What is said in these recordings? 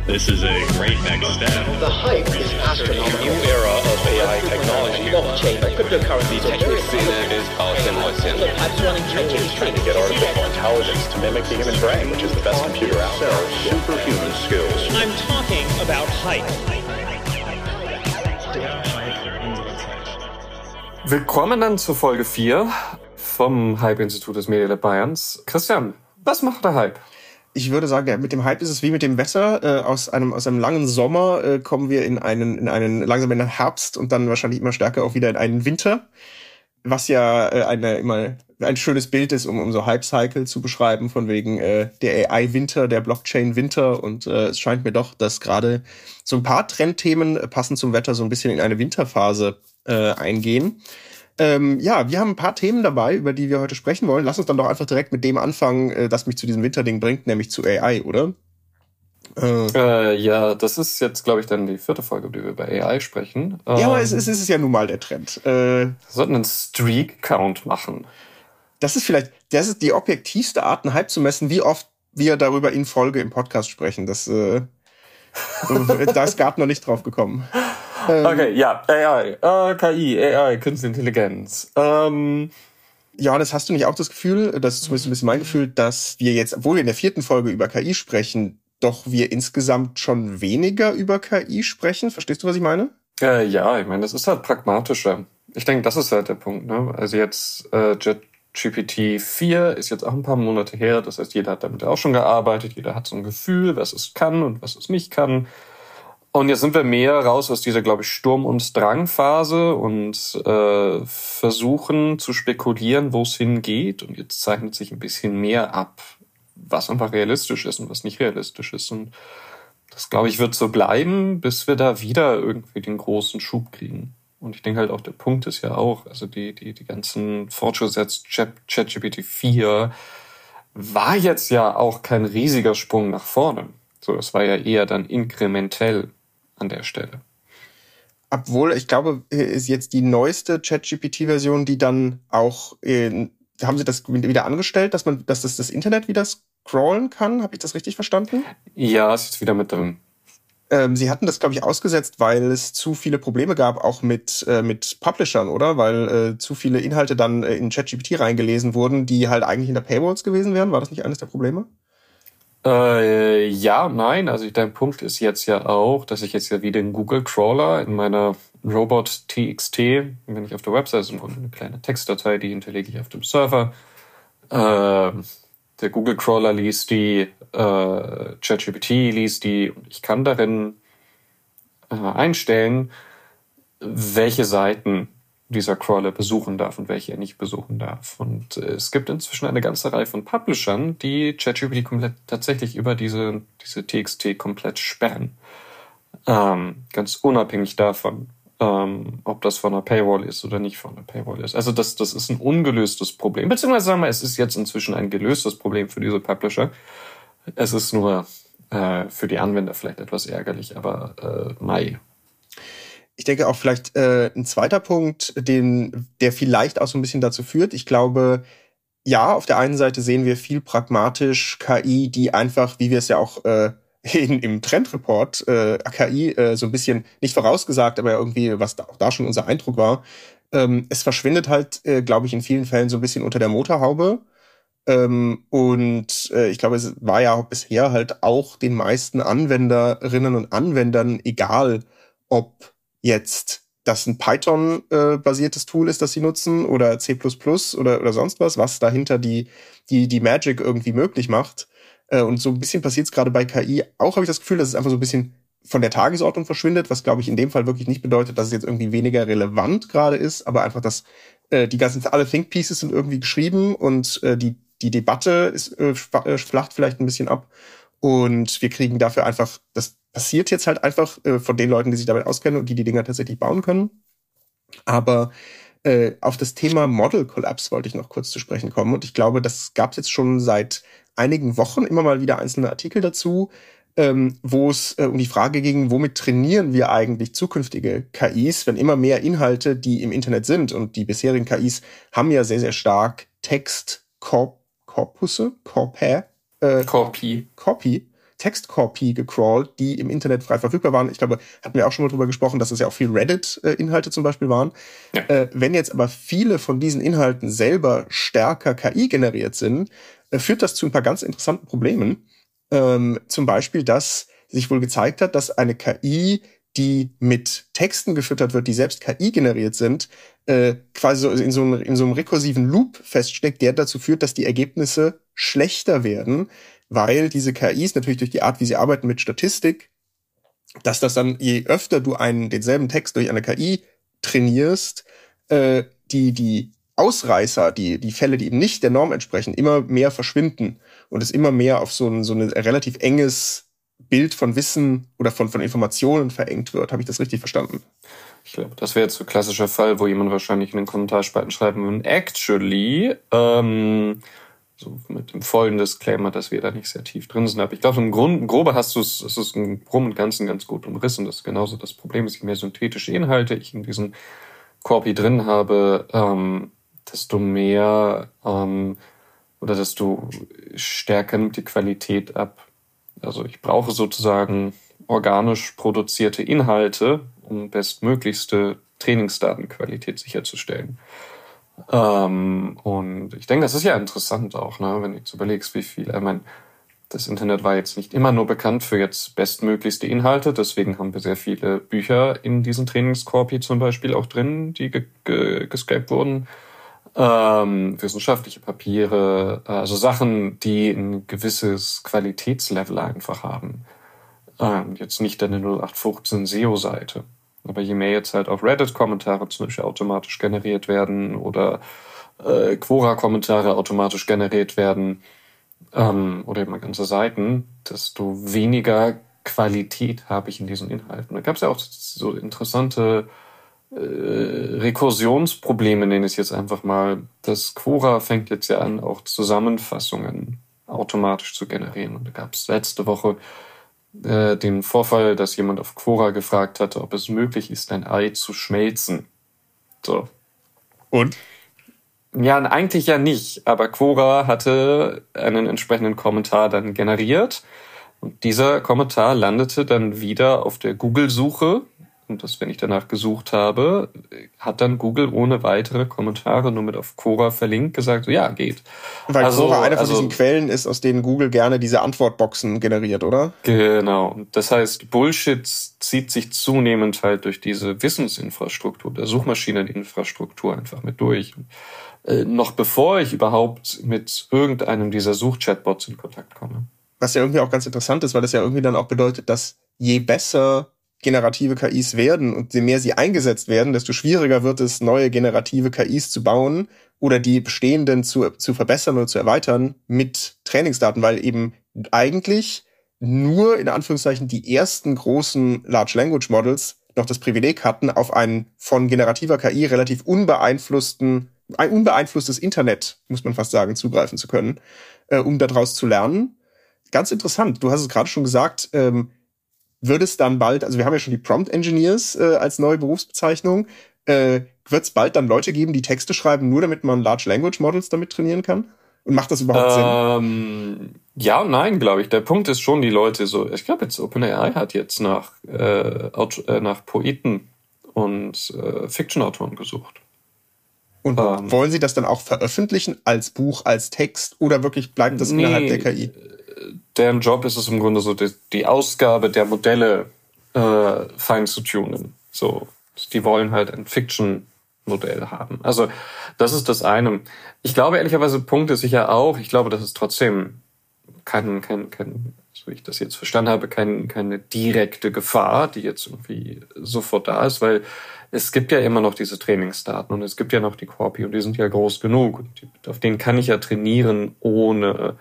This is a great next step. The hype is astronomical. New era of AI technology. Blockchain, cryptocurrency. CNN is I'm running changes trying to get artificial intelligence to mimic the human brain, which is the best computer out there. Superhuman skills. I'm talking about hype. Willkommen zur Folge 4 vom Hype-Institut des Media Lab Bayerns. Christian, was macht der Hype? Ich würde sagen, mit dem Hype ist es wie mit dem Wetter. Aus einem langen Sommer kommen wir langsam in den Herbst und dann wahrscheinlich immer stärker auch wieder in einen Winter. Was ja immer ein schönes Bild ist, um so Hype-Cycle zu beschreiben, von wegen der AI-Winter, der Blockchain-Winter. Und es scheint mir doch, dass gerade so ein paar Trendthemen passend zum Wetter so ein bisschen in eine Winterphase eingehen. Wir haben ein paar Themen dabei, über die wir heute sprechen wollen. Lass uns dann doch einfach direkt mit dem anfangen, das mich zu diesem Winterding bringt, nämlich zu AI, oder? Das ist jetzt, glaube ich, dann die 4. Folge, über die wir über AI sprechen. Aber es ist ja nun mal der Trend. Wir sollten einen Streak-Count machen. Das ist die objektivste Art, einen Hype zu messen, wie oft wir darüber in Folge im Podcast sprechen. Da ist Gartner nicht drauf gekommen. Okay, ja, AI, KI, AI, Künstliche Intelligenz. Das hast du nicht auch das Gefühl, das ist zumindest ein bisschen mein Gefühl, dass wir jetzt, obwohl wir in der 4. Folge über KI sprechen, doch wir insgesamt schon weniger über KI sprechen? Verstehst du, was ich meine? Ich meine, das ist halt pragmatischer. Ich denke, das ist halt der Punkt, ne? Also jetzt ChatGPT 4 ist jetzt auch ein paar Monate her, das heißt, jeder hat damit auch schon gearbeitet, jeder hat so ein Gefühl, was es kann und was es nicht kann. Und jetzt sind wir mehr raus aus dieser, glaube ich, Sturm- und Drangphase und versuchen zu spekulieren, wo es hingeht. Und jetzt zeichnet sich ein bisschen mehr ab, was einfach realistisch ist und was nicht realistisch ist. Und das, glaube ich, wird so bleiben, bis wir da wieder irgendwie den großen Schub kriegen. Und ich denke halt auch, der Punkt ist ja auch, also die ganzen Fortschritte, ChatGPT 4 war jetzt ja auch kein riesiger Sprung nach vorne. So, das war ja eher dann inkrementell an der Stelle. Obwohl, ich glaube, ist jetzt die neueste ChatGPT-Version, die dann auch, haben sie das wieder angestellt, dass das Internet wieder scrollen kann? Habe ich das richtig verstanden? Ja, ist jetzt wieder mit drin. Sie hatten das, glaube ich, ausgesetzt, weil es zu viele Probleme gab, auch mit Publishern, oder? Weil zu viele Inhalte dann in ChatGPT reingelesen wurden, die halt eigentlich hinter Paywalls gewesen wären. War das nicht eines der Probleme? Nein. Also dein Punkt ist jetzt ja auch, dass ich jetzt ja wieder den Google-Crawler in meiner Robot.txt, wenn ich auf der Website ist, im Grunde eine kleine Textdatei, die hinterlege ich auf dem Server. Der Google-Crawler liest die, ChatGPT liest die, und ich kann darin einstellen, welche Seiten dieser Crawler besuchen darf und welche er nicht besuchen darf. Und es gibt inzwischen eine ganze Reihe von Publishern, die ChatGPT komplett tatsächlich über diese TXT komplett sperren. Ganz unabhängig davon, ob das von einer Paywall ist oder nicht von einer Paywall ist. Also das ist ein ungelöstes Problem. Beziehungsweise sagen wir, es ist jetzt inzwischen ein gelöstes Problem für diese Publisher. Es ist nur für die Anwender vielleicht etwas ärgerlich, aber Ich denke auch vielleicht ein zweiter Punkt, der vielleicht auch so ein bisschen dazu führt. Ich glaube, ja, auf der einen Seite sehen wir viel pragmatisch KI, die einfach, wie wir es ja auch im Trendreport KI so ein bisschen nicht vorausgesagt, aber irgendwie, was auch da schon unser Eindruck war, es verschwindet halt, glaube ich, in vielen Fällen so ein bisschen unter der Motorhaube. Ich glaube, es war ja bisher halt auch den meisten Anwenderinnen und Anwendern egal, ob jetzt das ein Python-basiertes Tool ist, das sie nutzen, oder C++ oder sonst was dahinter die Magic irgendwie möglich macht. Und so ein bisschen passiert es gerade bei KI auch, habe ich das Gefühl, dass es einfach so ein bisschen von der Tagesordnung verschwindet, was, glaube ich, in dem Fall wirklich nicht bedeutet, dass es jetzt irgendwie weniger relevant gerade ist, aber einfach, dass alle Think Pieces sind irgendwie geschrieben und die Debatte flacht vielleicht ein bisschen ab. Und wir kriegen dafür einfach, das passiert jetzt halt einfach von den Leuten, die sich damit auskennen und die Dinger tatsächlich bauen können. Aber auf das Thema Model Collapse wollte ich noch kurz zu sprechen kommen. Und ich glaube, das gab es jetzt schon seit einigen Wochen immer mal wieder einzelne Artikel dazu, wo es um die Frage ging, womit trainieren wir eigentlich zukünftige KIs, wenn immer mehr Inhalte, die im Internet sind, und die bisherigen KIs haben ja sehr, sehr stark Textkorpusse, Copy, Textkorpi gecrawlt, die im Internet frei verfügbar waren. Ich glaube, hatten wir auch schon mal drüber gesprochen, dass es ja auch viel Reddit-Inhalte zum Beispiel waren. Ja. Wenn jetzt aber viele von diesen Inhalten selber stärker KI generiert sind, führt das zu ein paar ganz interessanten Problemen. Zum Beispiel, dass sich wohl gezeigt hat, dass eine KI, die mit Texten gefüttert wird, die selbst KI generiert sind, quasi so in so einem rekursiven Loop feststeckt, der dazu führt, dass die Ergebnisse schlechter werden, weil diese KIs natürlich durch die Art, wie sie arbeiten mit Statistik, dass das dann, je öfter du denselben Text durch eine KI trainierst, die Ausreißer, die Fälle, die eben nicht der Norm entsprechen, immer mehr verschwinden und es immer mehr auf so ein relativ enges Bild von Wissen oder von Informationen verengt wird. Habe ich das richtig verstanden? Ich glaube, das wäre jetzt so ein klassischer Fall, wo jemand wahrscheinlich in den Kommentarspalten schreiben würde, actually, so mit dem vollen Disclaimer, dass wir da nicht sehr tief drin sind. Aber ich glaube, im Grobe hast du es ist im Groben und Ganzen ganz gut umrissen. Das ist genauso das Problem, je mehr synthetische Inhalte ich in diesem Corpi drin habe, desto mehr oder desto stärker nimmt die Qualität ab. Also ich brauche sozusagen organisch produzierte Inhalte, um bestmöglichste Trainingsdatenqualität sicherzustellen. Und ich denke, das ist ja interessant auch, ne, wenn du jetzt überlegst, wie viel, das Internet war jetzt nicht immer nur bekannt für jetzt bestmöglichste Inhalte, deswegen haben wir sehr viele Bücher in diesen Trainingskorpi zum Beispiel auch drin, die gescrapt wurden. Wissenschaftliche Papiere, also Sachen, die ein gewisses Qualitätslevel einfach haben. Jetzt nicht eine 0815 SEO-Seite. Aber je mehr jetzt halt auf Reddit-Kommentare zum Beispiel automatisch generiert werden oder Quora-Kommentare automatisch generiert werden oder eben ganze Seiten, desto weniger Qualität habe ich in diesen Inhalten. Da gab es ja auch so interessante Rekursionsprobleme, nenne ich es jetzt einfach mal. Das Quora fängt jetzt ja an, auch Zusammenfassungen automatisch zu generieren. Und da gab es letzte Woche den Vorfall, dass jemand auf Quora gefragt hatte, ob es möglich ist, ein Ei zu schmelzen. So. Und? Ja, eigentlich ja nicht. Aber Quora hatte einen entsprechenden Kommentar dann generiert. Und dieser Kommentar landete dann wieder auf der Google-Suche. Und das, wenn ich danach gesucht habe, hat dann Google ohne weitere Kommentare nur mit auf Quora verlinkt, gesagt, so, ja, geht. Weil Quora eine von diesen Quellen ist, aus denen Google gerne diese Antwortboxen generiert, oder? Genau. Das heißt, Bullshit zieht sich zunehmend halt durch diese Wissensinfrastruktur, der Suchmaschineninfrastruktur einfach mit durch. Noch bevor ich überhaupt mit irgendeinem dieser Such-Chatbots in Kontakt komme. Was ja irgendwie auch ganz interessant ist, weil das ja irgendwie dann auch bedeutet, dass je besser generative KIs werden und je mehr sie eingesetzt werden, desto schwieriger wird es, neue generative KIs zu bauen oder die bestehenden zu verbessern oder zu erweitern mit Trainingsdaten, weil eben eigentlich nur in Anführungszeichen die ersten großen Large Language Models noch das Privileg hatten, auf ein von generativer KI relativ unbeeinflusstes Internet, muss man fast sagen, zugreifen zu können, um daraus zu lernen. Ganz interessant. Du hast es gerade schon gesagt, wird es dann bald, also wir haben ja schon die Prompt Engineers als neue Berufsbezeichnung, wird es bald dann Leute geben, die Texte schreiben, nur damit man Large Language Models damit trainieren kann? Und macht das überhaupt Sinn? Ja und nein, glaube ich. Der Punkt ist schon, die Leute so, ich glaube jetzt OpenAI hat jetzt nach Poeten und Fiction-Autoren gesucht. Und wollen sie das dann auch veröffentlichen als Buch, als Text oder wirklich bleibt das innerhalb der KI? Deren Job ist es im Grunde so, die Ausgabe der Modelle fein zu tunen. So, die wollen halt ein Fiction-Modell haben. Also das ist das eine. Ich glaube ehrlicherweise, Punkt ist sicher auch, ich glaube, das ist trotzdem kein, so wie ich das jetzt verstanden habe, keine direkte Gefahr, die jetzt irgendwie sofort da ist, weil es gibt ja immer noch diese Trainingsdaten und es gibt ja noch die Corpi und die sind ja groß genug. Und auf denen kann ich ja trainieren, ohne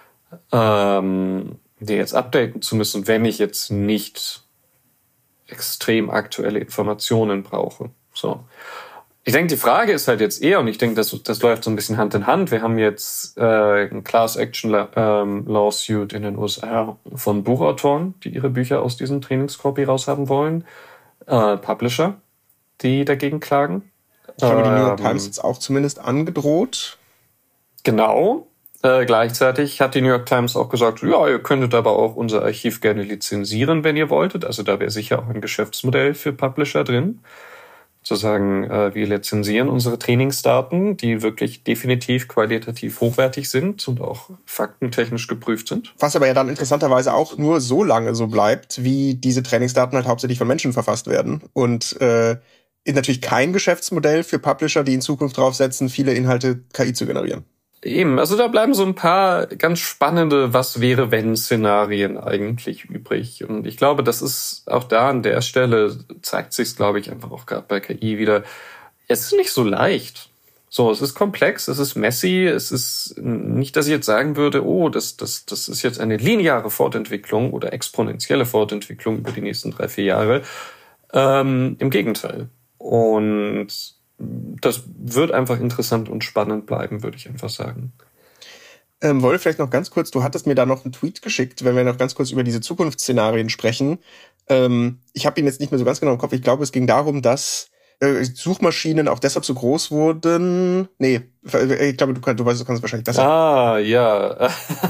die jetzt updaten zu müssen, wenn ich jetzt nicht extrem aktuelle Informationen brauche. So. Ich denke, die Frage ist halt jetzt eher, und ich denke, das läuft so ein bisschen Hand in Hand. Wir haben jetzt ein Class-Action-Lawsuit in den USA von Buchautoren, die ihre Bücher aus diesem Trainingscopy raushaben wollen. Publisher, die dagegen klagen. Ich glaube, die New York Times hat es auch zumindest angedroht. Genau. Gleichzeitig hat die New York Times auch gesagt, ja, ihr könntet aber auch unser Archiv gerne lizenzieren, wenn ihr wolltet. Also da wäre sicher auch ein Geschäftsmodell für Publisher drin. Zu sagen, wir lizenzieren unsere Trainingsdaten, die wirklich definitiv qualitativ hochwertig sind und auch faktentechnisch geprüft sind. Was aber ja dann interessanterweise auch nur so lange so bleibt, wie diese Trainingsdaten halt hauptsächlich von Menschen verfasst werden. Und ist natürlich kein Geschäftsmodell für Publisher, die in Zukunft draufsetzen, viele Inhalte KI zu generieren. Eben, also da bleiben so ein paar ganz spannende Was-wäre-wenn-Szenarien eigentlich übrig. Und ich glaube, das ist auch da an der Stelle, zeigt sich's, glaube ich, einfach auch gerade bei KI wieder, es ist nicht so leicht. So, es ist komplex, es ist messy, es ist nicht, dass ich jetzt sagen würde, oh, das ist jetzt eine lineare Fortentwicklung oder exponentielle Fortentwicklung über die nächsten 3-4 Jahre. Im Gegenteil. Und das wird einfach interessant und spannend bleiben, würde ich einfach sagen. Wolf, vielleicht noch ganz kurz, du hattest mir da noch einen Tweet geschickt, wenn wir noch ganz kurz über diese Zukunftsszenarien sprechen. Ich habe ihn jetzt nicht mehr so ganz genau im Kopf. Ich glaube, es ging darum, dass Suchmaschinen auch deshalb so groß wurden. Nee, ich glaube, du kannst es wahrscheinlich besser. Ah, ja.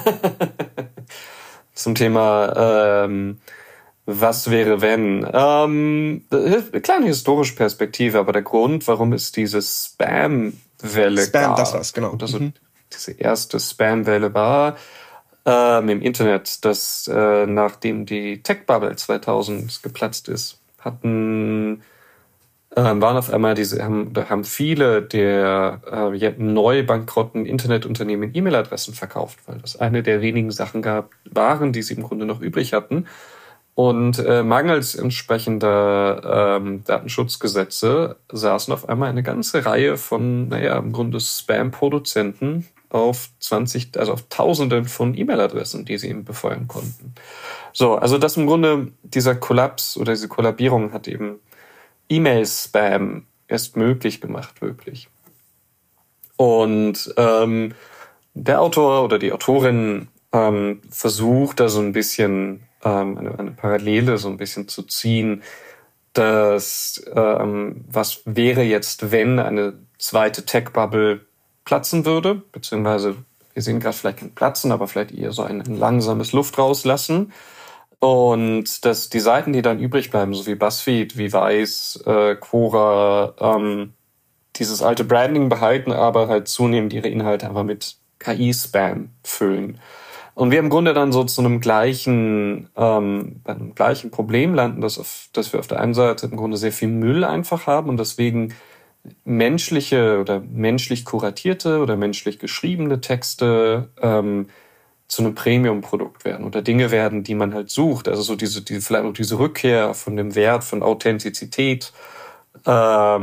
Zum Thema was wäre, wenn? Kleine historische Perspektive, aber der Grund, warum es diese Spam-Welle gab. Das war's, genau. Also diese erste Spam-Welle war im Internet, dass nachdem die Tech-Bubble 2000 geplatzt ist, waren auf einmal haben viele der neu bankrotten Internetunternehmen E-Mail-Adressen verkauft, weil das eine der wenigen Sachen waren, die sie im Grunde noch übrig hatten. Und mangels entsprechender Datenschutzgesetze saßen auf einmal eine ganze Reihe von, im Grunde Spam-Produzenten auf Tausenden von E-Mail-Adressen, die sie eben befeuern konnten. So, also das im Grunde, dieser Kollaps oder diese Kollabierung hat eben E-Mail-Spam erst möglich gemacht, wirklich. Und der Autor oder die Autorin versucht da so ein bisschen eine Parallele so ein bisschen zu ziehen, dass was wäre jetzt, wenn eine zweite Tech-Bubble platzen würde, beziehungsweise wir sehen gerade vielleicht kein Platzen, aber vielleicht eher so ein langsames Luft rauslassen. Und dass die Seiten, die dann übrig bleiben, so wie BuzzFeed, wie Vice, Quora, dieses alte Branding behalten, aber halt zunehmend ihre Inhalte aber mit KI-Spam füllen. Und wir im Grunde dann so zu einem gleichen Problem landen, dass wir auf der einen Seite im Grunde sehr viel Müll einfach haben und deswegen menschliche oder menschlich kuratierte oder menschlich geschriebene Texte zu einem Premium-Produkt werden oder Dinge werden, die man halt sucht. Also so vielleicht auch diese Rückkehr von dem Wert von Authentizität als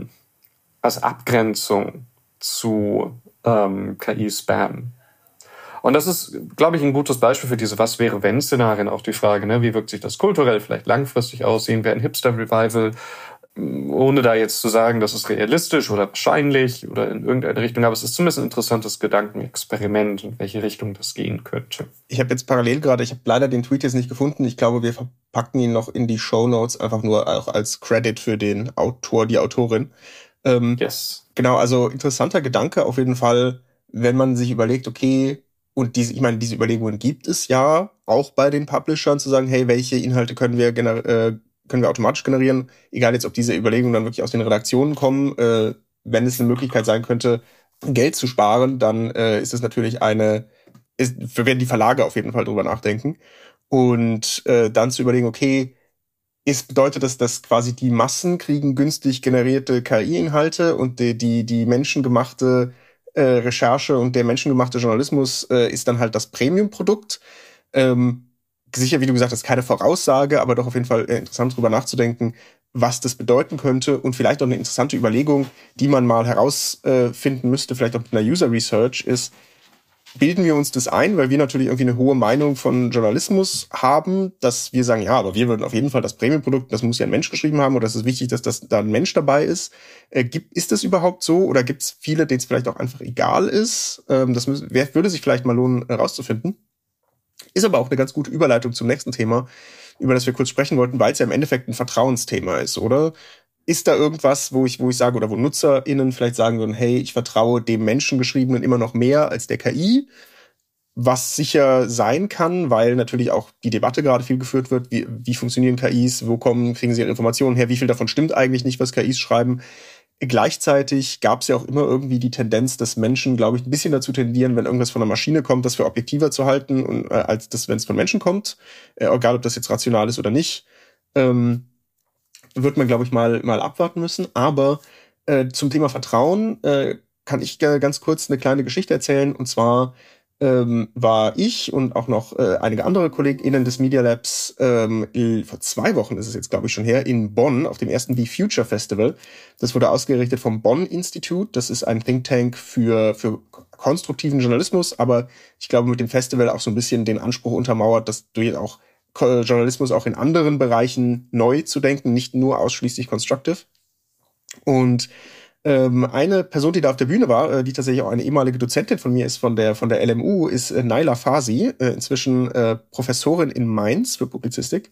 Abgrenzung zu KI-Spam. Und das ist, glaube ich, ein gutes Beispiel für diese Was-wäre-wenn-Szenarien. Auch die Frage, ne, wie wirkt sich das kulturell vielleicht langfristig aus? Sehen wir ein Hipster-Revival, ohne da jetzt zu sagen, das ist realistisch oder wahrscheinlich oder in irgendeine Richtung. Aber es ist zumindest ein interessantes Gedankenexperiment, in welche Richtung das gehen könnte. Ich habe jetzt parallel gerade, ich habe leider den Tweet jetzt nicht gefunden. Ich glaube, wir verpacken ihn noch in die Shownotes, einfach nur auch als Credit für den Autor, die Autorin. Yes. Genau, also interessanter Gedanke auf jeden Fall, wenn man sich überlegt, okay, und diese Überlegungen gibt es ja auch bei den Publishern, zu sagen, hey, welche Inhalte können wir automatisch generieren, egal jetzt, ob diese Überlegungen dann wirklich aus den Redaktionen kommen. Wenn es eine Möglichkeit sein könnte, Geld zu sparen, dann ist es natürlich werden die Verlage auf jeden Fall drüber nachdenken. Und dann zu überlegen, okay, bedeutet das, dass quasi die Massen kriegen günstig generierte KI-Inhalte und die menschengemachte Recherche und der menschengemachte Journalismus ist dann halt das Premium-Produkt. Sicher, wie du gesagt hast, keine Voraussage, aber doch auf jeden Fall interessant drüber nachzudenken, was das bedeuten könnte und vielleicht auch eine interessante Überlegung, die man mal herausfinden müsste, vielleicht auch mit einer User Research ist, bilden wir uns das ein, weil wir natürlich irgendwie eine hohe Meinung von Journalismus haben, dass wir sagen, ja, aber wir würden auf jeden Fall das Premium-Produkt, das muss ja ein Mensch geschrieben haben oder es ist wichtig, dass da ein Mensch dabei ist. Ist das überhaupt so oder gibt es viele, denen es vielleicht auch einfach egal ist? Würde sich vielleicht mal lohnen, herauszufinden. Ist aber auch eine ganz gute Überleitung zum nächsten Thema, über das wir kurz sprechen wollten, weil es ja im Endeffekt ein Vertrauensthema ist, oder? ist da irgendwas, wo ich sage, oder wo NutzerInnen vielleicht sagen würden, hey, ich vertraue dem Menschengeschriebenen immer noch mehr als der KI, was sicher sein kann, weil natürlich auch die Debatte gerade viel geführt wird, wie funktionieren KIs, kriegen sie ihre Informationen her, wie viel davon stimmt eigentlich nicht, was KIs schreiben. Gleichzeitig gab es ja auch immer irgendwie die Tendenz, dass Menschen, glaube ich, ein bisschen dazu tendieren, wenn irgendwas von einer Maschine kommt, das für objektiver zu halten, und, als das, wenn es von Menschen kommt, egal ob das jetzt rational ist oder nicht. Wird man, glaube ich, mal abwarten müssen. Aber zum Thema Vertrauen kann ich ganz kurz eine kleine Geschichte erzählen. Und zwar war ich und auch noch einige andere KollegInnen des Media Labs vor 2 Wochen, ist es jetzt, glaube ich, schon her, in Bonn auf dem ersten Be Future Festival. Das wurde ausgerichtet vom Bonn Institute. Das ist ein Think Tank für konstruktiven Journalismus, aber ich glaube, mit dem Festival auch so ein bisschen den Anspruch untermauert, dass durch auch Journalismus auch in anderen Bereichen neu zu denken, nicht nur ausschließlich constructive. Und eine Person, die da auf der Bühne war, die tatsächlich auch eine ehemalige Dozentin von mir ist, von der LMU, ist Naila Fasi, inzwischen Professorin in Mainz für Publizistik.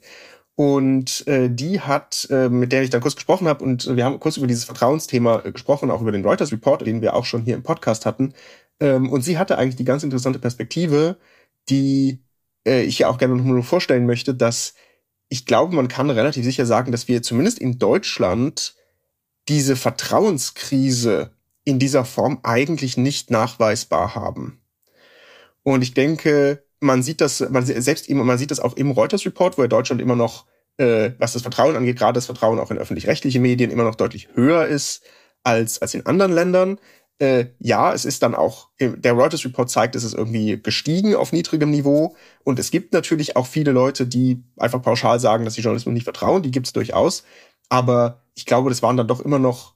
Und die hat, mit der ich dann kurz gesprochen habe, und wir haben kurz über dieses Vertrauensthema gesprochen, auch über den Reuters Report, den wir auch schon hier im Podcast hatten. Und sie hatte eigentlich die ganz interessante Perspektive, die ich ja auch gerne noch nur vorstellen möchte, dass ich glaube, man kann relativ sicher sagen, dass wir zumindest in Deutschland diese Vertrauenskrise in dieser Form eigentlich nicht nachweisbar haben. Und ich denke, man sieht das auch im Reuters Report, wo Deutschland immer noch, was das Vertrauen angeht, gerade das Vertrauen auch in öffentlich-rechtliche Medien immer noch deutlich höher ist als in anderen Ländern. Ja, es ist dann auch, der Reuters Report zeigt, es ist irgendwie gestiegen auf niedrigem Niveau. Und es gibt natürlich auch viele Leute, die einfach pauschal sagen, dass sie Journalismus nicht vertrauen. Die gibt es durchaus. Aber ich glaube, das waren dann doch immer noch,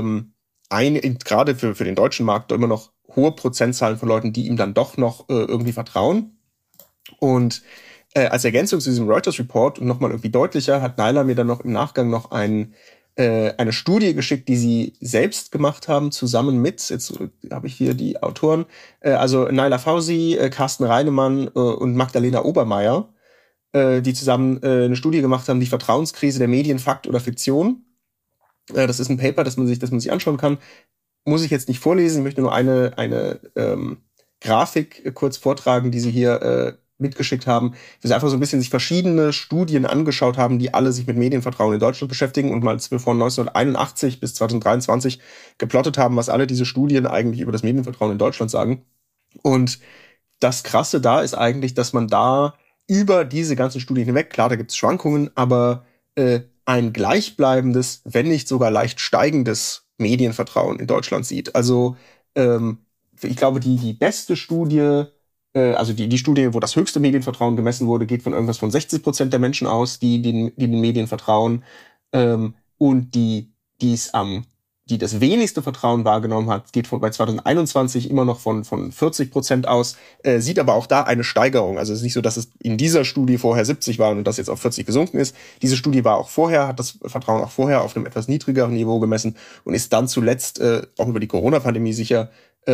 gerade für den deutschen Markt, immer noch hohe Prozentzahlen von Leuten, die ihm dann doch noch irgendwie vertrauen. Und als Ergänzung zu diesem Reuters Report und nochmal irgendwie deutlicher, hat Naila mir dann noch im Nachgang noch eine Studie geschickt, die sie selbst gemacht haben, zusammen mit, jetzt habe ich hier die Autoren, also Naila Fausi, Carsten Reinemann und Magdalena Obermeier, die zusammen eine Studie gemacht haben, die Vertrauenskrise der Medien, Fakt oder Fiktion. Das ist ein Paper, das man sich anschauen kann. Muss ich jetzt nicht vorlesen, ich möchte nur eine Grafik kurz vortragen, die sie hier mitgeschickt haben. Wir einfach so ein bisschen sich verschiedene Studien angeschaut haben, die alle sich mit Medienvertrauen in Deutschland beschäftigen und mal von 1981 bis 2023 geplottet haben, was alle diese Studien eigentlich über das Medienvertrauen in Deutschland sagen. Und das Krasse da ist eigentlich, dass man da über diese ganzen Studien hinweg, klar, da gibt es Schwankungen, aber ein gleichbleibendes, wenn nicht sogar leicht steigendes Medienvertrauen in Deutschland sieht. Also ich glaube, die beste Studie, also die Studie, wo das höchste Medienvertrauen gemessen wurde, geht von irgendwas von 60% der Menschen aus, die den Medien vertrauen. Und die das wenigste Vertrauen wahrgenommen hat, geht bei 2021 immer noch von 40% aus, sieht aber auch da eine Steigerung. Also es ist nicht so, dass es in dieser Studie vorher 70 war und das jetzt auf 40 gesunken ist. Diese Studie war auch vorher, hat das Vertrauen auch vorher auf einem etwas niedrigeren Niveau gemessen und ist dann zuletzt, auch über die Corona-Pandemie sicher,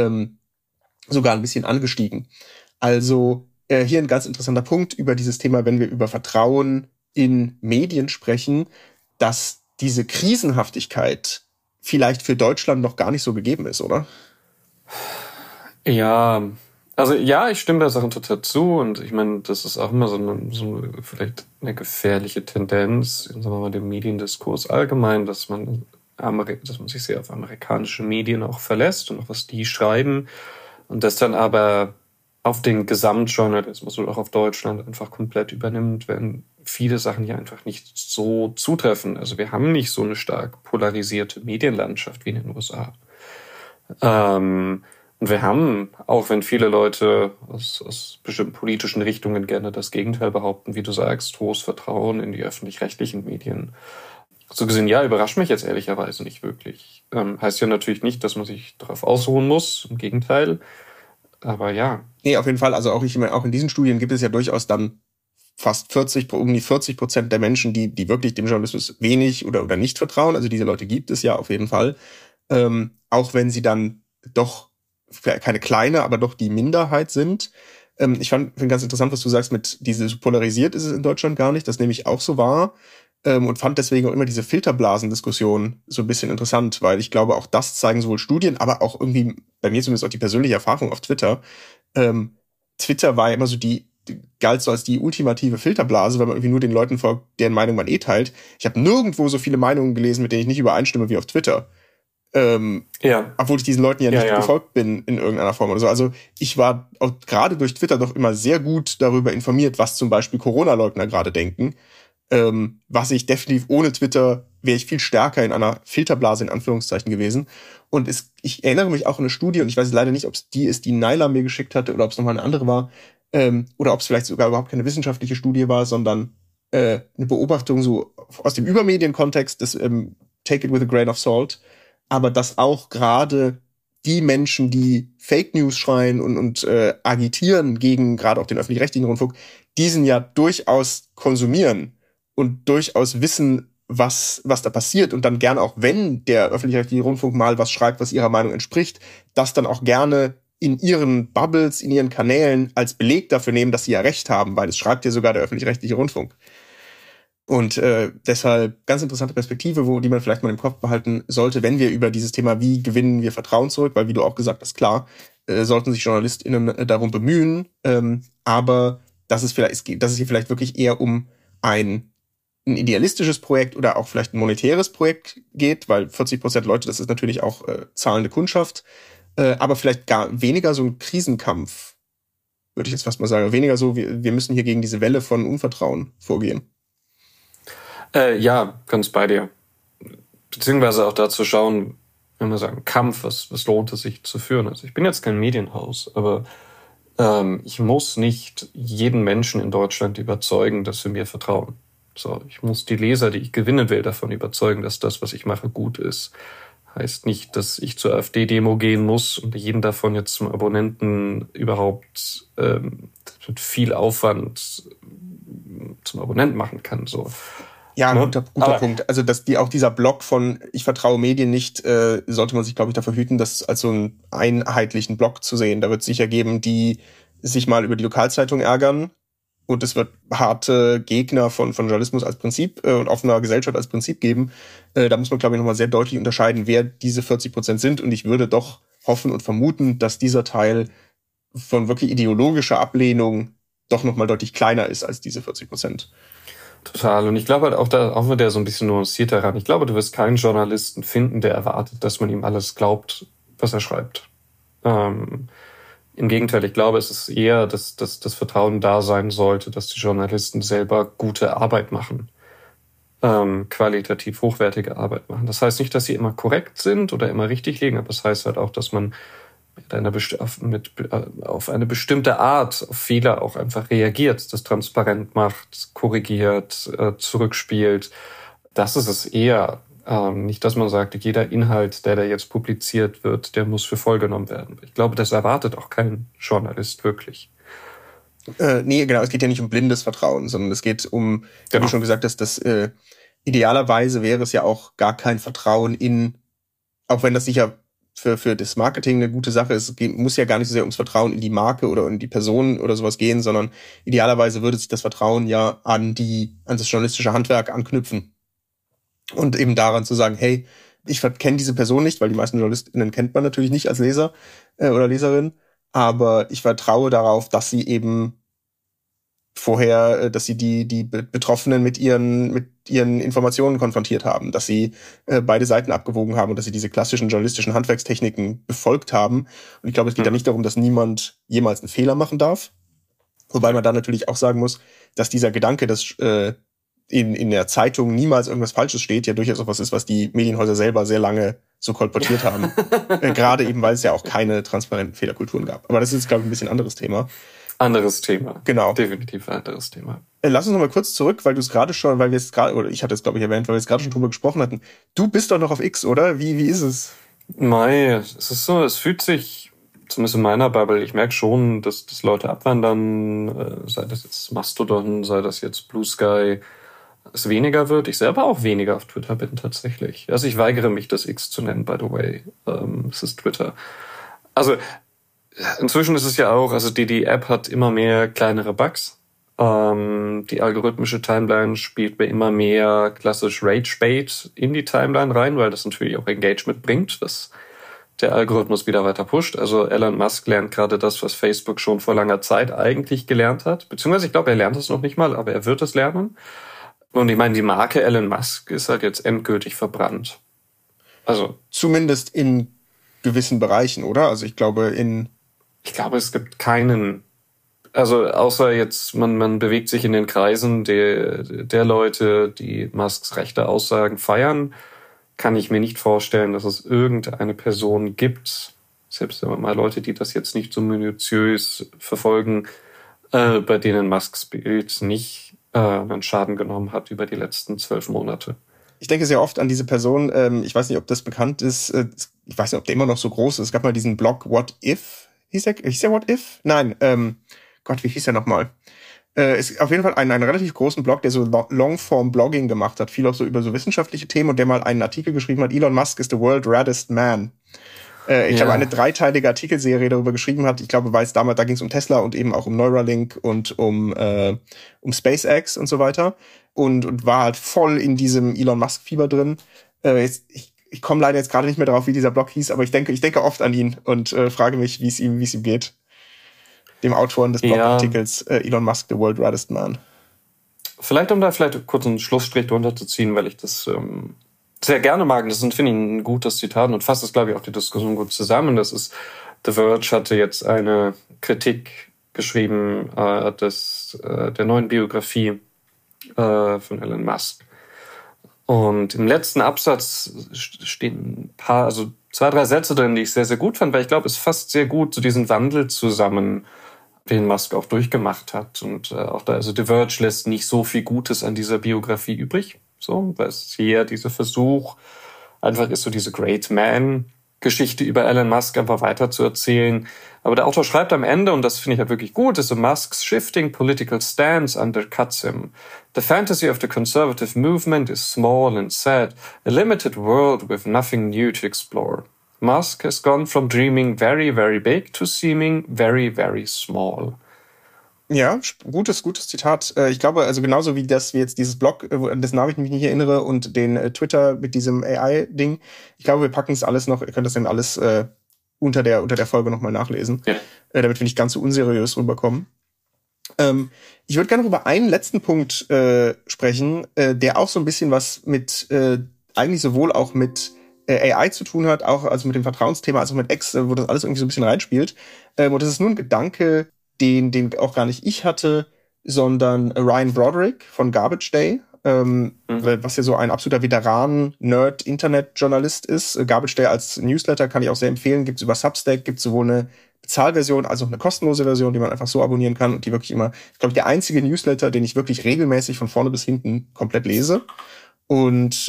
sogar ein bisschen angestiegen. Also hier ein ganz interessanter Punkt über dieses Thema, wenn wir über Vertrauen in Medien sprechen, dass diese Krisenhaftigkeit vielleicht für Deutschland noch gar nicht so gegeben ist, oder? Ja, also ja, ich stimme der Sache total zu und ich meine, das ist auch immer so vielleicht eine gefährliche Tendenz in, sagen wir mal, dem Mediendiskurs allgemein, dass man sich sehr auf amerikanische Medien auch verlässt und auch was die schreiben und das dann aber auf den Gesamtjournalismus oder auch auf Deutschland einfach komplett übernimmt, wenn viele Sachen hier einfach nicht so zutreffen. Also wir haben nicht so eine stark polarisierte Medienlandschaft wie in den USA. Und wir haben, auch wenn viele Leute aus bestimmten politischen Richtungen gerne das Gegenteil behaupten, wie du sagst, hohes Vertrauen in die öffentlich-rechtlichen Medien. So gesehen, ja, überrascht mich jetzt ehrlicherweise nicht wirklich. Heißt ja natürlich nicht, dass man sich darauf ausruhen muss, im Gegenteil. Aber ja. Nee, auf jeden Fall. Also auch in diesen Studien gibt es ja durchaus dann fast 40% der Menschen, die wirklich dem Journalismus wenig oder nicht vertrauen. Also diese Leute gibt es ja auf jeden Fall. Auch wenn sie dann doch keine kleine, aber doch die Minderheit sind. Ich finde ganz interessant, was du sagst mit so polarisiert ist es in Deutschland gar nicht. Das nehme ich auch so wahr. und fand deswegen auch immer diese Filterblasen-Diskussion so ein bisschen interessant, weil ich glaube, auch das zeigen sowohl Studien, aber auch irgendwie, bei mir zumindest auch die persönliche Erfahrung auf Twitter. Twitter war ja immer so galt so als die ultimative Filterblase, weil man irgendwie nur den Leuten folgt, deren Meinung man teeilt. Ich habe nirgendwo so viele Meinungen gelesen, mit denen ich nicht übereinstimme wie auf Twitter. Obwohl ich diesen Leuten ja nicht gefolgt bin in irgendeiner Form oder so. Also ich war auch gerade durch Twitter doch immer sehr gut darüber informiert, was zum Beispiel Corona-Leugner gerade denken. Was ich definitiv ohne Twitter wäre ich viel stärker in einer Filterblase in Anführungszeichen gewesen. Und ich erinnere mich auch an eine Studie, und ich weiß leider nicht, ob es die ist, die Naila mir geschickt hatte, oder ob es nochmal eine andere war, oder ob es vielleicht sogar überhaupt keine wissenschaftliche Studie war, sondern eine Beobachtung so aus dem Übermedienkontext, das Take it with a grain of salt, aber dass auch gerade die Menschen, die Fake News schreien und agitieren gegen gerade auch den öffentlich-rechtlichen Rundfunk, diesen ja durchaus konsumieren und durchaus wissen, was da passiert, und dann gerne auch, wenn der öffentlich-rechtliche Rundfunk mal was schreibt, was ihrer Meinung entspricht, das dann auch gerne in ihren Bubbles, in ihren Kanälen als Beleg dafür nehmen, dass sie ja recht haben, weil es schreibt ja sogar der öffentlich-rechtliche Rundfunk. Und deshalb ganz interessante Perspektive, die man vielleicht mal im Kopf behalten sollte, wenn wir über dieses Thema, wie gewinnen wir Vertrauen zurück, weil wie du auch gesagt hast, klar, sollten sich JournalistInnen darum bemühen, aber dass es hier vielleicht wirklich eher um ein idealistisches Projekt oder auch vielleicht ein monetäres Projekt geht, weil 40% Leute, das ist natürlich auch zahlende Kundschaft, aber vielleicht gar weniger so ein Krisenkampf, würde ich jetzt fast mal sagen. Weniger so, wir müssen hier gegen diese Welle von Unvertrauen vorgehen. Ja, ganz bei dir. Beziehungsweise auch dazu schauen, wenn wir sagen, Kampf, was lohnt es sich zu führen? Also ich bin jetzt kein Medienhaus, aber ich muss nicht jeden Menschen in Deutschland überzeugen, dass sie mir vertrauen. So, ich muss die Leser, die ich gewinnen will, davon überzeugen, dass das, was ich mache, gut ist. Heißt nicht, dass ich zur AfD-Demo gehen muss und jeden davon jetzt zum Abonnenten überhaupt mit viel Aufwand zum Abonnenten machen kann. So. Ja, guter Punkt. Also dass auch dieser Block von ich vertraue Medien nicht, sollte man sich, glaube ich, davor hüten, das als so einen einheitlichen Block zu sehen. Da wird es sicher geben, die sich mal über die Lokalzeitung ärgern, und es wird harte Gegner von Journalismus als Prinzip und offener Gesellschaft als Prinzip geben. Da muss man, glaube ich, nochmal sehr deutlich unterscheiden, wer diese 40% sind. Und ich würde doch hoffen und vermuten, dass dieser Teil von wirklich ideologischer Ablehnung doch nochmal deutlich kleiner ist als diese 40%. Total. Und ich glaube halt auch wieder so ein bisschen nuanciert daran. Ich glaube, du wirst keinen Journalisten finden, der erwartet, dass man ihm alles glaubt, was er schreibt. Im Gegenteil, ich glaube, es ist eher, dass das Vertrauen da sein sollte, dass die Journalisten selber gute Arbeit machen. Qualitativ hochwertige Arbeit machen. Das heißt nicht, dass sie immer korrekt sind oder immer richtig liegen, aber es heißt halt auch, dass man auf eine bestimmte Art auf Fehler auch einfach reagiert, das transparent macht, korrigiert, zurückspielt. Das ist es eher. Nicht, dass man sagt, jeder Inhalt, der da jetzt publiziert wird, der muss für voll genommen werden. Ich glaube, das erwartet auch kein Journalist wirklich. Nee, genau. Es geht ja nicht um blindes Vertrauen, sondern es geht um, wie du schon gesagt hast, dass idealerweise wäre es ja auch gar kein Vertrauen auch wenn das sicher für das Marketing eine gute Sache ist, muss ja gar nicht so sehr ums Vertrauen in die Marke oder in die Person oder sowas gehen, sondern idealerweise würde sich das Vertrauen ja an das journalistische Handwerk anknüpfen. Und eben daran zu sagen, hey, ich kenne diese Person nicht, weil die meisten JournalistInnen kennt man natürlich nicht als Leser oder Leserin, aber ich vertraue darauf, dass sie eben vorher, dass sie die Betroffenen mit ihren Informationen konfrontiert haben, dass sie beide Seiten abgewogen haben und dass sie diese klassischen journalistischen Handwerkstechniken befolgt haben. Und ich glaube, es geht ja nicht darum, dass niemand jemals einen Fehler machen darf. Wobei man da natürlich auch sagen muss, dass dieser Gedanke, dass in der Zeitung niemals irgendwas Falsches steht, ja durchaus auch was ist, was die Medienhäuser selber sehr lange so kolportiert haben. Gerade eben, weil es ja auch keine transparenten Fehlerkulturen gab. Aber das ist, glaube ich, ein bisschen anderes Thema. Anderes Thema. Genau. Definitiv ein anderes Thema. Lass uns noch mal kurz zurück, weil ich hatte es, glaube ich, erwähnt, weil wir es gerade schon drüber gesprochen hatten. Du bist doch noch auf X, oder? Wie ist es? Es ist so, es fühlt sich, zumindest in meiner Bubble, ich merke schon, dass Leute abwandern, sei das jetzt Mastodon, sei das jetzt Blue Sky, es weniger wird. Ich selber auch weniger auf Twitter bin tatsächlich. Also ich weigere mich, das X zu nennen, by the way. Es ist Twitter. Also inzwischen ist es ja auch, also die App hat immer mehr kleinere Bugs. Die algorithmische Timeline spielt mir immer mehr klassisch Rage-Bait in die Timeline rein, weil das natürlich auch Engagement bringt, was der Algorithmus wieder weiter pusht. Also Elon Musk lernt gerade das, was Facebook schon vor langer Zeit eigentlich gelernt hat. Beziehungsweise ich glaube, er lernt es noch nicht mal, aber er wird es lernen. Und ich meine, die Marke Elon Musk ist halt jetzt endgültig verbrannt. Also zumindest in gewissen Bereichen, oder? Also ich glaube, es gibt keinen. Also außer jetzt, man bewegt sich in den Kreisen der Leute, die Musks rechte Aussagen feiern, kann ich mir nicht vorstellen, dass es irgendeine Person gibt, selbst wenn man mal Leute, die das jetzt nicht so minutiös verfolgen, bei denen Musks Bild nicht einen Schaden genommen hat über die letzten 12 Monate. Ich denke sehr oft an diese Person, ich weiß nicht, ob das bekannt ist, ich weiß nicht, ob der immer noch so groß ist. Es gab mal diesen Blog What If, hieß der What If? Nein, Gott, wie hieß der nochmal? Ist auf jeden Fall einen relativ großen Blog, der so Longform-Blogging gemacht hat, viel auch so über so wissenschaftliche Themen und der mal einen Artikel geschrieben hat, Elon Musk is the world raddest man. Ich habe eine 3-teilige Artikelserie darüber geschrieben hat. Ich glaube, weil es damals, da ging es um Tesla und eben auch um Neuralink und um SpaceX und so weiter. Und war halt voll in diesem Elon Musk-Fieber drin. Ich komme leider jetzt gerade nicht mehr drauf, wie dieser Blog hieß, aber ich denke oft an ihn und frage mich, wie es ihm geht. Dem Autoren des Blogartikels Elon Musk, the world raddest man. Vielleicht, um da kurz einen Schlussstrich drunter zu ziehen, weil ich das sehr gerne mag. Das finde ich ein gutes Zitat und fasst es, glaube ich, auch die Diskussion gut zusammen. Das ist, The Verge hatte jetzt eine Kritik geschrieben der neuen Biografie von Elon Musk. Und im letzten Absatz stehen ein paar, also 2, 3 Sätze drin, die ich sehr, sehr gut fand, weil ich glaube, es fasst sehr gut so diesen Wandel zusammen, den Musk auch durchgemacht hat. Und auch da, also The Verge lässt nicht so viel Gutes an dieser Biografie übrig. So, weil es hier dieser Versuch einfach ist, so diese Great Man-Geschichte über Elon Musk einfach weiter zu erzählen. Aber der Autor schreibt am Ende, und das finde ich ja wirklich gut, ist so Musk's shifting political stance undercuts him. The fantasy of the conservative movement is small and sad, a limited world with nothing new to explore. Musk has gone from dreaming very, very big to seeming very, very small. Ja, gutes Zitat. Ich glaube, also genauso wie wir jetzt dieses Blog, dessen Namen ich mich nicht erinnere, und den Twitter mit diesem AI-Ding. Ich glaube, wir packen es alles noch, ihr könnt das dann alles unter der Folge nochmal nachlesen, damit wir nicht ganz so unseriös rüberkommen. Ich würde gerne noch über einen letzten Punkt sprechen, der auch so ein bisschen was mit, eigentlich sowohl auch mit AI zu tun hat, auch also mit dem Vertrauensthema, also mit X, wo das alles irgendwie so ein bisschen reinspielt. Und das ist nur ein Gedanke, den auch gar nicht ich hatte, sondern Ryan Broderick von Garbage Day, was ja so ein absoluter Veteran-Nerd-Internet-Journalist ist. Garbage Day als Newsletter kann ich auch sehr empfehlen. Gibt's über Substack, gibt's sowohl eine Bezahlversion als auch eine kostenlose Version, die man einfach so abonnieren kann und die wirklich immer, ich glaube, der einzige Newsletter, den ich wirklich regelmäßig von vorne bis hinten komplett lese. Und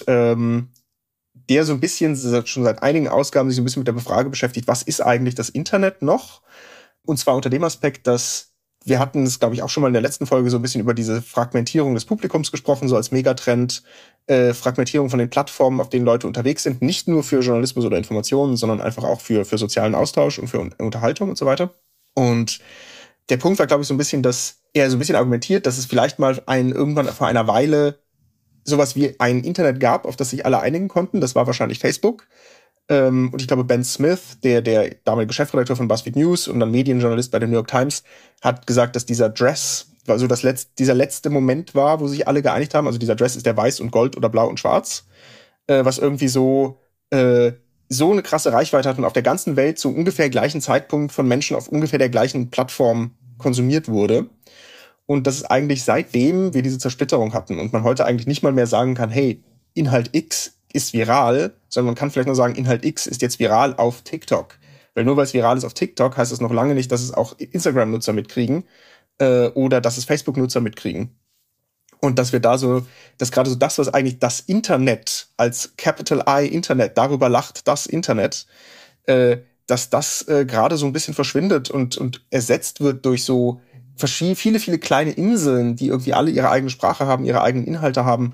der so ein bisschen schon seit einigen Ausgaben sich so ein bisschen mit der Frage beschäftigt, was ist eigentlich das Internet noch? Und zwar unter dem Aspekt, dass wir hatten es, glaube ich, auch schon mal in der letzten Folge so ein bisschen über diese Fragmentierung des Publikums gesprochen, so als Megatrend, Fragmentierung von den Plattformen, auf denen Leute unterwegs sind, nicht nur für Journalismus oder Informationen, sondern einfach auch für sozialen Austausch und für Unterhaltung und so weiter. Und der Punkt war, glaube ich, so ein bisschen, dass er so ein bisschen argumentiert, dass es vielleicht mal irgendwann vor einer Weile sowas wie ein Internet gab, auf das sich alle einigen konnten. Das war wahrscheinlich Facebook. Und ich glaube, Ben Smith, der damalige Chefredakteur von BuzzFeed News und dann Medienjournalist bei der New York Times, hat gesagt, dass dieser Dress, also dieser letzte Moment war, wo sich alle geeinigt haben. Also dieser Dress ist der weiß und gold oder blau und schwarz, was irgendwie so eine krasse Reichweite hat und auf der ganzen Welt zu ungefähr gleichen Zeitpunkt von Menschen auf ungefähr der gleichen Plattform konsumiert wurde. Und das ist eigentlich seitdem wir diese Zersplitterung hatten und man heute eigentlich nicht mal mehr sagen kann, hey, Inhalt X ist viral, sondern man kann vielleicht nur sagen, Inhalt X ist jetzt viral auf TikTok. Weil nur weil es viral ist auf TikTok, heißt es noch lange nicht, dass es auch Instagram-Nutzer mitkriegen oder dass es Facebook-Nutzer mitkriegen. Und dass wir da so, dass gerade so das, was eigentlich das Internet als Capital I Internet, darüber lacht das Internet, dass das gerade so ein bisschen verschwindet und ersetzt wird durch so viele, viele kleine Inseln, die irgendwie alle ihre eigene Sprache haben, ihre eigenen Inhalte haben,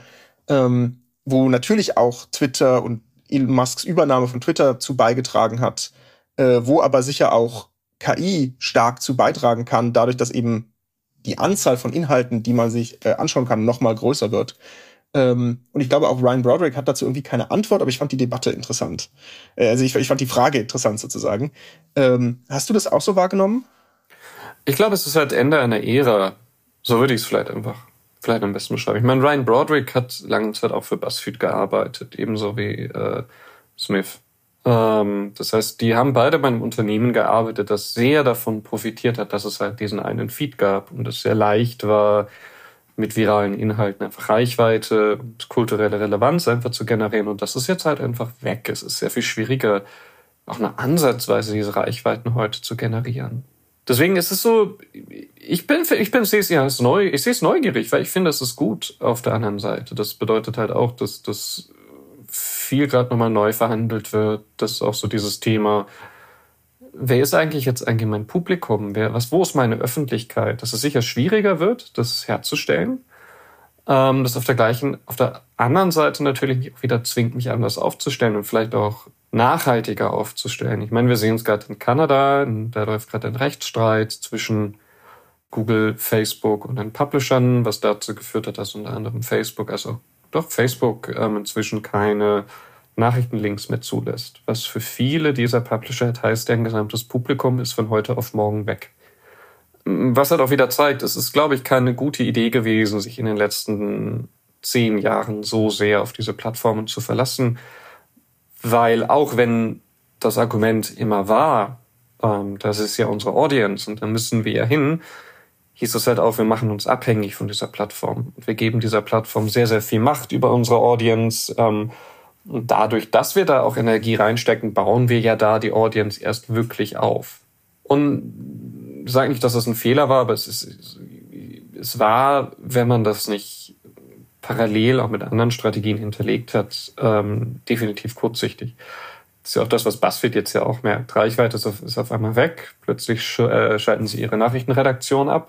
wo natürlich auch Twitter und Elon Musks Übernahme von Twitter zu beigetragen hat, wo aber sicher auch KI stark zu beitragen kann, dadurch, dass eben die Anzahl von Inhalten, die man sich anschauen kann, noch mal größer wird. Und ich glaube, auch Ryan Broderick hat dazu irgendwie keine Antwort, aber ich fand die Debatte interessant. Also ich fand die Frage interessant sozusagen. Hast du das auch so wahrgenommen? Ich glaube, es ist halt Ende einer Ära. So würde ich es vielleicht am besten beschreiben. Ich meine, Ryan Broderick hat lange Zeit auch für BuzzFeed gearbeitet, ebenso wie Smith. Das heißt, die haben beide bei einem Unternehmen gearbeitet, das sehr davon profitiert hat, dass es halt diesen einen Feed gab und es sehr leicht war, mit viralen Inhalten einfach Reichweite und kulturelle Relevanz einfach zu generieren. Und das ist jetzt halt einfach weg. Es ist sehr viel schwieriger, auch eine Ansatzweise diese Reichweiten heute zu generieren. Deswegen ist es so, ich sehe es neugierig, weil ich finde, das ist gut auf der anderen Seite. Das bedeutet halt auch, dass viel gerade nochmal neu verhandelt wird, dass auch so dieses Thema, wer ist eigentlich jetzt mein Publikum? Wo ist meine Öffentlichkeit? Dass es sicher schwieriger wird, das herzustellen. Das auf der anderen Seite natürlich mich auch wieder zwingt, mich anders aufzustellen und vielleicht auch nachhaltiger aufzustellen. Ich meine, wir sehen es gerade in Kanada, da läuft gerade ein Rechtsstreit zwischen Google, Facebook und den Publishern, was dazu geführt hat, dass unter anderem Facebook inzwischen keine Nachrichtenlinks mehr zulässt. Was für viele dieser Publisher heißt, deren gesamtes Publikum ist von heute auf morgen weg. Was halt auch wieder zeigt, es ist, glaube ich, keine gute Idee gewesen, sich in den letzten 10 Jahren so sehr auf diese Plattformen zu verlassen, weil auch wenn das Argument immer war, das ist ja unsere Audience und da müssen wir ja hin, hieß es halt auch, wir machen uns abhängig von dieser Plattform. Und wir geben dieser Plattform sehr, sehr viel Macht über unsere Audience. Und dadurch, dass wir da auch Energie reinstecken, bauen wir ja da die Audience erst wirklich auf. Und ich sage nicht, dass das ein Fehler war, aber es war, wenn man das nicht parallel auch mit anderen Strategien hinterlegt hat, definitiv kurzsichtig. Das ist ja auch das, was BuzzFeed jetzt ja auch merkt. Reichweite ist auf einmal weg. Plötzlich schalten sie ihre Nachrichtenredaktion ab,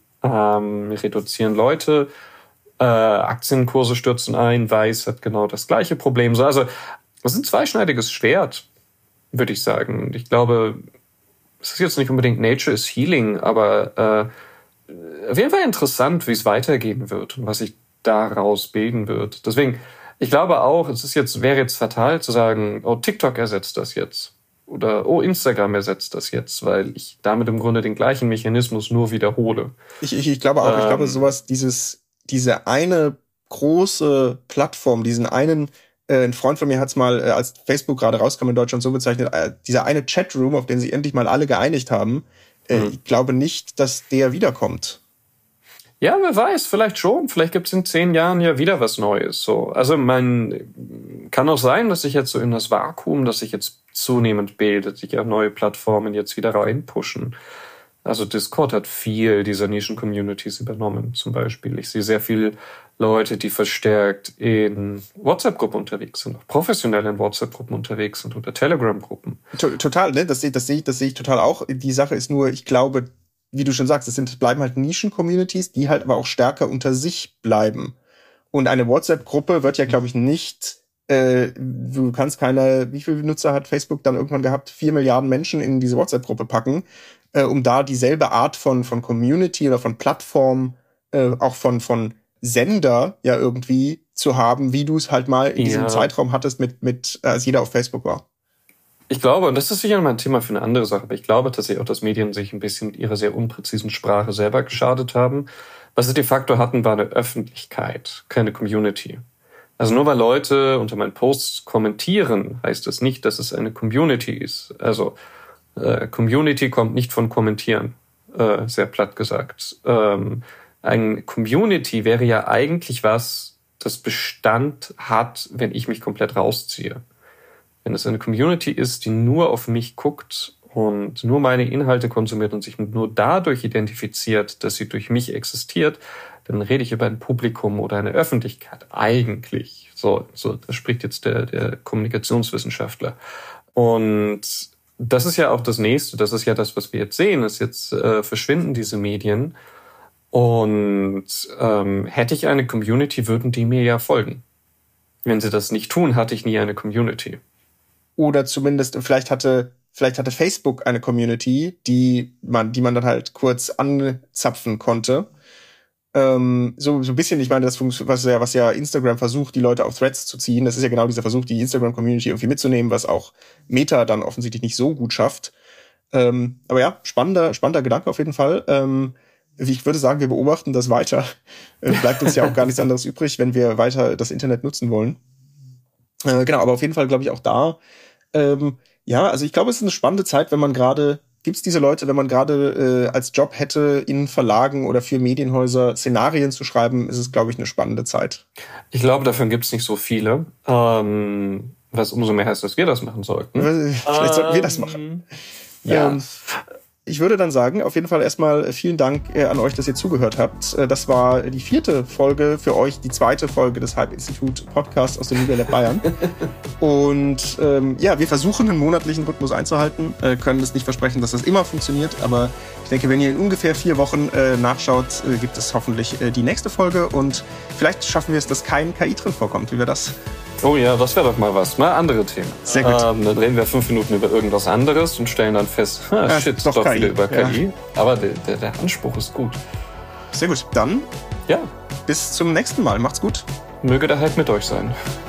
reduzieren Leute, Aktienkurse stürzen ein, Weiß hat genau das gleiche Problem. Also das ist ein zweischneidiges Schwert, würde ich sagen. Und ich glaube, es ist jetzt nicht unbedingt Nature is Healing, aber auf jeden Fall interessant, wie es weitergehen wird und was sich daraus bilden wird. Deswegen, ich glaube auch, wäre jetzt fatal zu sagen, oh, TikTok ersetzt das jetzt. Oder oh, Instagram ersetzt das jetzt, weil ich damit im Grunde den gleichen Mechanismus nur wiederhole. Ich glaube auch, ich glaube sowas, diese eine große Plattform, diesen einen, ein Freund von mir hat es mal, als Facebook gerade rauskam in Deutschland, so bezeichnet, dieser eine Chatroom, auf den sich endlich mal alle geeinigt haben, ich glaube nicht, dass der wiederkommt. Ja, wer weiß, vielleicht schon. Vielleicht gibt es in 10 Jahren ja wieder was Neues. So. Also kann auch sein, dass sich jetzt so in das Vakuum, das sich jetzt zunehmend bildet, sich auch neue Plattformen jetzt wieder reinpushen. Also Discord hat viel dieser Nischen-Communities übernommen, zum Beispiel. Ich sehe sehr viele Leute, die verstärkt in WhatsApp-Gruppen unterwegs sind, auch professionell in WhatsApp-Gruppen unterwegs sind oder Telegram-Gruppen. Total, ne? Das sehe ich total auch. Die Sache ist nur, ich glaube, wie du schon sagst, bleiben halt Nischen-Communities, die halt aber auch stärker unter sich bleiben. Und eine WhatsApp-Gruppe wird ja, glaube ich, nicht, du kannst wie viele Nutzer hat Facebook dann irgendwann gehabt? 4 Milliarden Menschen in diese WhatsApp-Gruppe packen, um da dieselbe Art von Community oder von Plattform, auch von Sender ja irgendwie zu haben, wie du es halt mal in diesem Zeitraum hattest, als jeder auf Facebook war. Ich glaube, und das ist sicher mal ein Thema für eine andere Sache, aber ich glaube tatsächlich auch, dass Medien sich ein bisschen mit ihrer sehr unpräzisen Sprache selber geschadet haben. Was sie de facto hatten, war eine Öffentlichkeit, keine Community. Also nur weil Leute unter meinen Posts kommentieren, heißt das nicht, dass es eine Community ist. Also Community kommt nicht von Kommentieren, sehr platt gesagt. Eine Community wäre ja eigentlich was, das Bestand hat, wenn ich mich komplett rausziehe. Wenn es eine Community ist, die nur auf mich guckt und nur meine Inhalte konsumiert und sich nur dadurch identifiziert, dass sie durch mich existiert, dann rede ich über ein Publikum oder eine Öffentlichkeit eigentlich. So, da spricht jetzt der Kommunikationswissenschaftler. Und das ist ja auch das Nächste, das ist ja das, was wir jetzt sehen, ist jetzt verschwinden diese Medien. Und hätte ich eine Community, würden die mir ja folgen. Wenn sie das nicht tun, hatte ich nie eine Community. Oder zumindest, vielleicht hatte vielleicht hatte Facebook eine Community, die man dann halt kurz anzapfen konnte. So ein bisschen, ich meine, das was ja Instagram versucht, die Leute auf Threads zu ziehen. Das ist ja genau dieser Versuch, die Instagram-Community irgendwie mitzunehmen, was auch Meta dann offensichtlich nicht so gut schafft. Aber ja, spannender Gedanke auf jeden Fall. Ich würde sagen, wir beobachten das weiter. Bleibt uns ja auch gar nichts anderes übrig, wenn wir weiter das Internet nutzen wollen. Genau, aber auf jeden Fall glaube ich auch da, also ich glaube, es ist eine spannende Zeit, wenn man gerade, gibt's diese Leute, wenn man gerade als Job hätte, in Verlagen oder für Medienhäuser Szenarien zu schreiben, ist es, glaube ich, eine spannende Zeit. Ich glaube, davon gibt's nicht so viele, was umso mehr heißt, dass wir das machen sollten. Vielleicht sollten wir das machen. Ja. Ich würde dann sagen, auf jeden Fall erstmal vielen Dank an euch, dass ihr zugehört habt. Das war die 4. Folge für euch, die 2. Folge des Hype-Institut Podcasts aus dem Media Lab Bayern. Und wir versuchen einen monatlichen Rhythmus einzuhalten, können es nicht versprechen, dass das immer funktioniert, aber ich denke, wenn ihr in ungefähr 4 Wochen nachschaut, gibt es hoffentlich die nächste Folge und vielleicht schaffen wir es, dass kein KI drin vorkommt. Wie wäre das? Oh ja, das wäre doch mal was. Mal andere Themen. Sehr gut. Dann reden wir 5 Minuten über irgendwas anderes und stellen dann fest, shit, doch KI. Wieder über KI. Ja. Aber der Anspruch ist gut. Sehr gut. Dann bis zum nächsten Mal. Macht's gut. Möge der Hype mit euch sein.